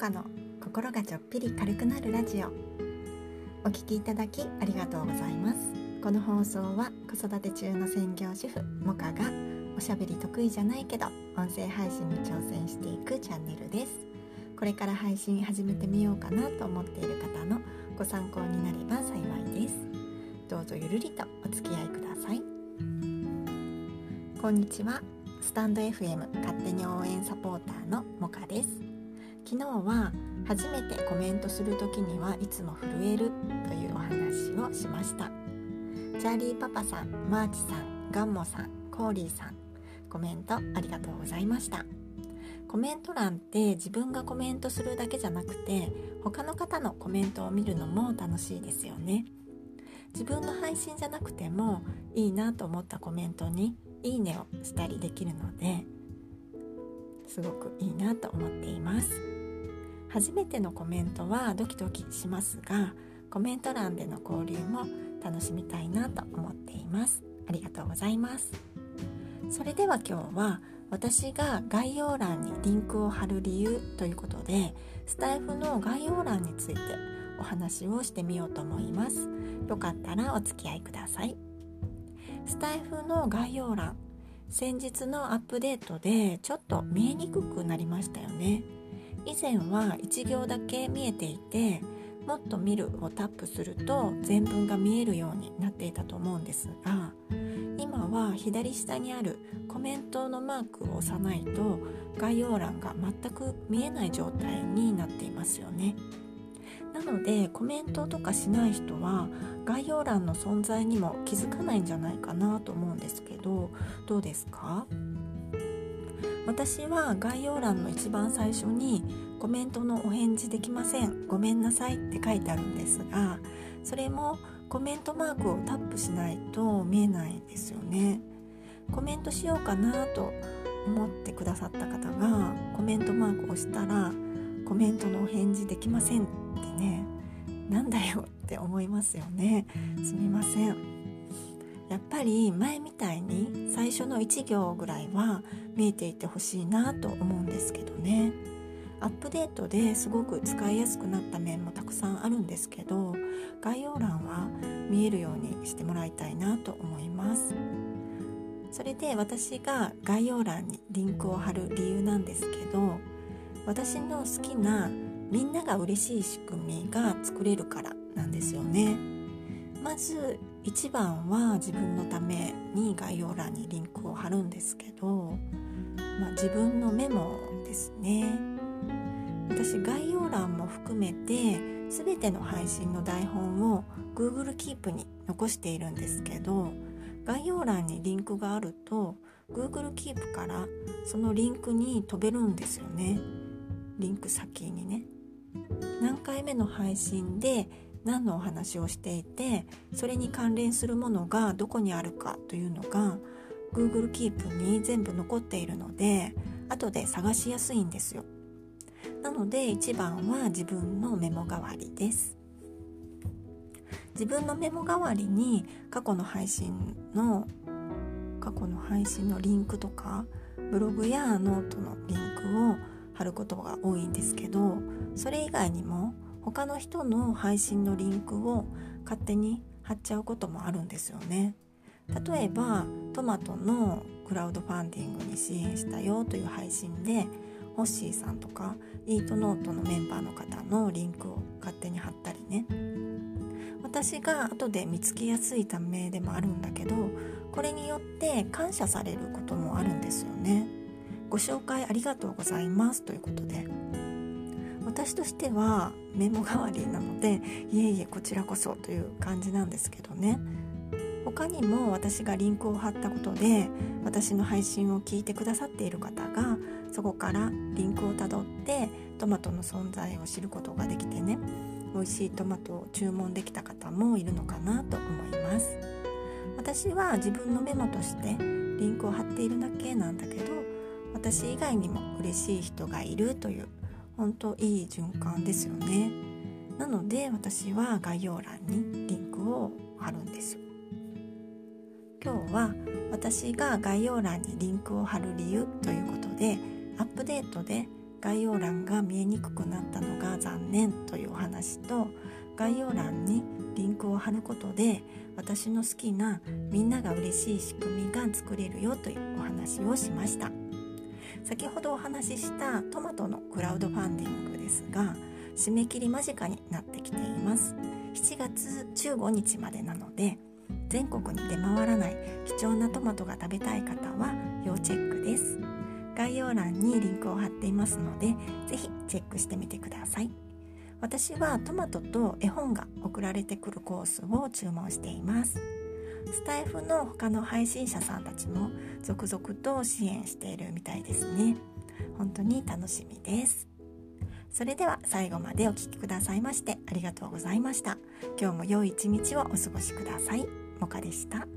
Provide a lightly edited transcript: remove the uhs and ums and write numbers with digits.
かの心がちょっぴり軽くなるラジオ、お聞きいただきありがとうございます。この放送は子育て中の専業主婦モカがおしゃべり得意じゃないけど音声配信に挑戦していくチャンネルです。これから配信始めてみようかなと思っている方のご参考になれば幸いです。どうぞゆるりとお付き合いください。こんにちは。スタンド FM 勝手に応援サポーターのモカです。昨日は初めてコメントするときにはいつも震えるというお話をしました。チャーリーパパさん、マーチさん、ガンモさん、コーリーさん、コメントありがとうございました。コメント欄って自分がコメントするだけじゃなくて他の方のコメントを見るのも楽しいですよね。自分の配信じゃなくてもいいなと思ったコメントにいいねをしたりできるのですごくいいなと思っています。初めてのコメントはドキドキしますが、コメント欄での交流も楽しみたいなと思っています。ありがとうございます。それでは今日は私が概要欄にリンクを貼る理由ということで、スタイフの概要欄についてお話をしてみようと思います。よかったらお付き合いください。スタイフの概要欄、先日のアップデートでちょっと見えにくくなりましたよね。以前は1行だけ見えていて、もっと見るをタップすると全文が見えるようになっていたと思うんですが、今は左下にあるコメントのマークを押さないと概要欄が全く見えない状態になっていますよね。なのでコメントとかしない人は概要欄の存在にも気づかないんじゃないかなと思うんですけど、どうですか？私は概要欄の一番最初にコメントのお返事できません、ごめんなさいって書いてあるんですが、それもコメントマークをタップしないと見えないんですよね。コメントしようかなと思ってくださった方がコメントマークを押したらコメントのお返事できませんってね、なんだよって思いますよね。すみません。やっぱり前みたいに最初の1行ぐらいは見えていてほしいなと思うんですけどね。アップデートですごく使いやすくなった面もたくさんあるんですけど、概要欄は見えるようにしてもらいたいなと思います。それで私が概要欄にリンクを貼る理由なんですけど、私の好きなみんなが嬉しい仕組みが作れるからなんですよね。まず一番は自分のために概要欄にリンクを貼るんですけど、自分のメモですね。私概要欄も含めて全ての配信の台本を Google Keep に残しているんですけど、概要欄にリンクがあると Google Keep からそのリンクに飛べるんですよね。リンク先にね、何回目の配信で何のお話をしていて、それに関連するものがどこにあるかというのが Google Keep に全部残っているので、後で探しやすいんですよ。なので一番は自分のメモ代わりです。自分のメモ代わりに過去の配信のリンクとかブログやノートのリンクを貼ることが多いんですけど、それ以外にも他の人の配信のリンクを勝手に貼っちゃうこともあるんですよね。例えばトマトのクラウドファンディングに支援したよという配信でホッシーさんとかイートノートのメンバーの方のリンクを勝手に貼ったりね、私が後で見つけやすいためでもあるんだけど、これによって感謝されることもあるんですよね。ご紹介ありがとうございますということで、私としてはメモ代わりなのでいえいえこちらこそという感じなんですけどね。他にも私がリンクを貼ったことで私の配信を聞いてくださっている方がそこからリンクをたどってトマトの存在を知ることができてね、美味しいトマトを注文できた方もいるのかなと思います。私は自分のメモとしてリンクを貼っているだけなんだけど、私以外にも嬉しい人がいるという本当いい循環ですよね。なので私は概要欄にリンクを貼るんですよ。今日は私が概要欄にリンクを貼る理由ということで、アップデートで概要欄が見えにくくなったのが残念というお話と、概要欄にリンクを貼ることで私の好きなみんなが嬉しい仕組みが作れるよというお話をしました。先ほどお話ししたトマトのクラウドファンディングですが、締め切り間近になってきています。7月15日までなので、全国に出回らない貴重なトマトが食べたい方は要チェックです。概要欄にリンクを貼っていますので、ぜひチェックしてみてください。私はトマトと絵本が送られてくるコースを注文しています。スタイフの他の配信者さんたちも続々と支援しているみたいですね。本当に楽しみです。それでは最後までお聞きくださいましてありがとうございました。今日も良い一日をお過ごしください。もかでした。